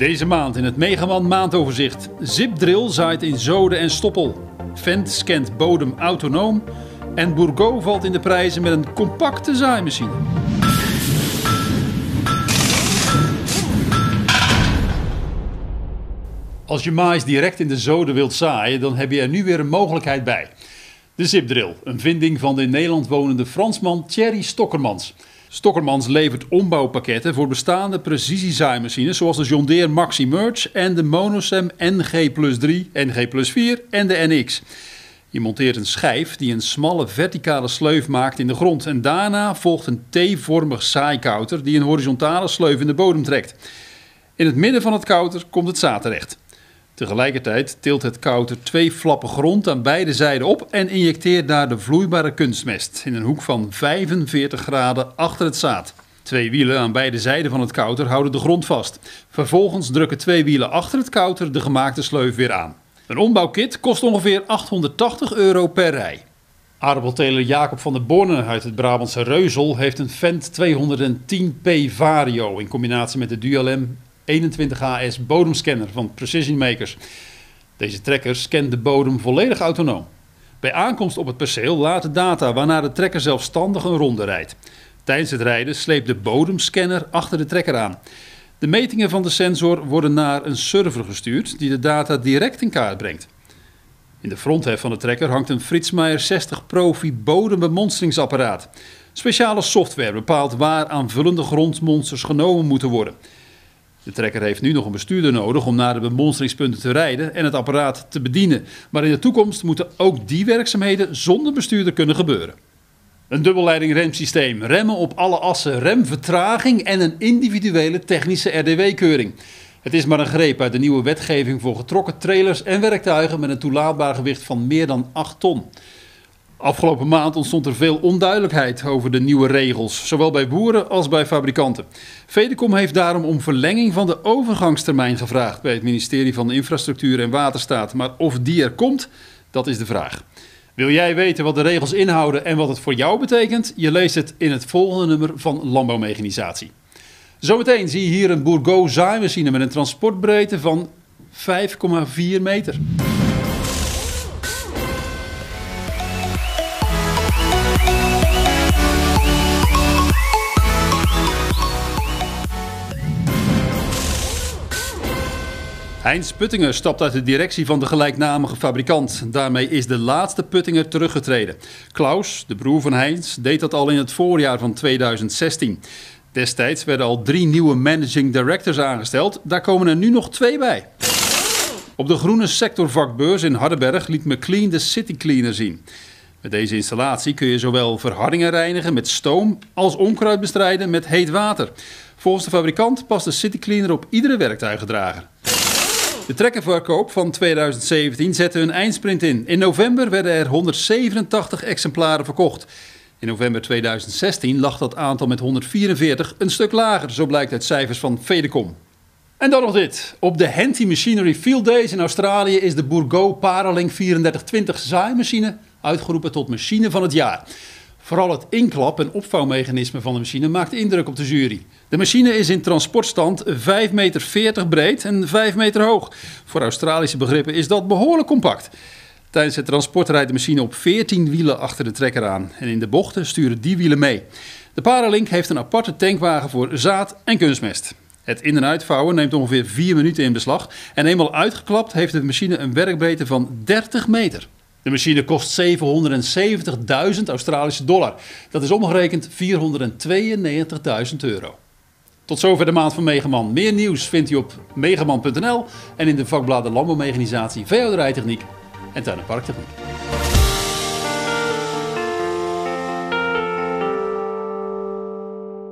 Deze maand in het Megaman maandoverzicht. Zipdrill zaait in Zoden en Stoppel. Fendt scant bodem autonoom. En Bourgault valt in de prijzen met een compacte zaaimachine. Als je maïs direct in de zoden wilt zaaien, dan heb je er nu weer een mogelijkheid bij. De Zipdrill, een vinding van de in Nederland wonende Fransman Thierry Stokkermans. Stokkermans levert ombouwpakketten voor bestaande precisiezaaimachines zoals de John Deere Maxi Merge en de Monosem NG+3, NG+4 en de NX. Je monteert een schijf die een smalle verticale sleuf maakt in de grond en daarna volgt een T-vormig zaaikouter die een horizontale sleuf in de bodem trekt. In het midden van het kouter komt het zaad terecht. Tegelijkertijd tilt het kouter 2 flappen grond aan beide zijden op en injecteert daar de vloeibare kunstmest in een hoek van 45 graden achter het zaad. 2 wielen aan beide zijden van het kouter houden de grond vast. Vervolgens drukken 2 wielen achter het kouter de gemaakte sleuf weer aan. Een ombouwkit kost ongeveer €880 per rij. Aardappelteler Jacob van der Borne uit het Brabantse Reuzel heeft een Fendt 210P Vario in combinatie met de Dualem 21HS bodemscanner van Precision Makers. Deze trekker scant de bodem volledig autonoom. Bij aankomst op het perceel laat de data waarna de trekker zelfstandig een ronde rijdt. Tijdens het rijden sleept de bodemscanner achter de trekker aan. De metingen van de sensor worden naar een server gestuurd die de data direct in kaart brengt. In de fronthef van de trekker hangt een Fritzmeier 60 Profi bodembemonsteringsapparaat. Speciale software bepaalt waar aanvullende grondmonsters genomen moeten worden. De trekker heeft nu nog een bestuurder nodig om naar de bemonsteringspunten te rijden en het apparaat te bedienen. Maar in de toekomst moeten ook die werkzaamheden zonder bestuurder kunnen gebeuren. Een dubbelleiding remsysteem, remmen op alle assen, remvertraging en een individuele technische RDW-keuring. Het is maar een greep uit de nieuwe wetgeving voor getrokken trailers en werktuigen met een toelaatbaar gewicht van meer dan 8 ton. Afgelopen maand ontstond er veel onduidelijkheid over de nieuwe regels, zowel bij boeren als bij fabrikanten. Fedecom heeft daarom om verlenging van de overgangstermijn gevraagd bij het ministerie van Infrastructuur en Waterstaat. Maar of die er komt, dat is de vraag. Wil jij weten wat de regels inhouden en wat het voor jou betekent? Je leest het in het volgende nummer van Landbouwmechanisatie. Zometeen zie je hier een Bourgault zaaimachine met een transportbreedte van 5,4 meter. Heinz Puttinger stapt uit de directie van de gelijknamige fabrikant. Daarmee is de laatste Puttinger teruggetreden. Klaus, de broer van Heinz, deed dat al in het voorjaar van 2016. Destijds werden al 3 nieuwe managing directors aangesteld. Daar komen er nu nog 2 bij. Op de groene sectorvakbeurs in Hardenberg liet McLean de City Cleaner zien. Met deze installatie kun je zowel verhardingen reinigen met stoom als onkruid bestrijden met heet water. Volgens de fabrikant past de City Cleaner op iedere werktuigendrager. De trekkerverkoop van 2017 zette een eindsprint in. In november werden er 187 exemplaren verkocht. In november 2016 lag dat aantal met 144 een stuk lager, zo blijkt uit cijfers van Fedecom. En dan nog dit. Op de Henty Machinery Field Days in Australië is de Bourgault Paralink 3420 zaaimachine uitgeroepen tot machine van het jaar. Vooral het inklap- en opvouwmechanisme van de machine maakt indruk op de jury. De machine is in transportstand 5,40 meter breed en 5 meter hoog. Voor Australische begrippen is dat behoorlijk compact. Tijdens het transport rijdt de machine op 14 wielen achter de trekker aan. En in de bochten sturen die wielen mee. De Paralink heeft een aparte tankwagen voor zaad en kunstmest. Het in- en uitvouwen neemt ongeveer 4 minuten in beslag. En eenmaal uitgeklapt heeft de machine een werkbreedte van 30 meter. De machine kost 770.000 Australische dollar. Dat is omgerekend 492.000 euro. Tot zover de maand van Megaman. Meer nieuws vindt u op megaman.nl en in de vakbladen Landbouwmechanisatie, Veehouderijtechniek en Tuin- en Parktechniek.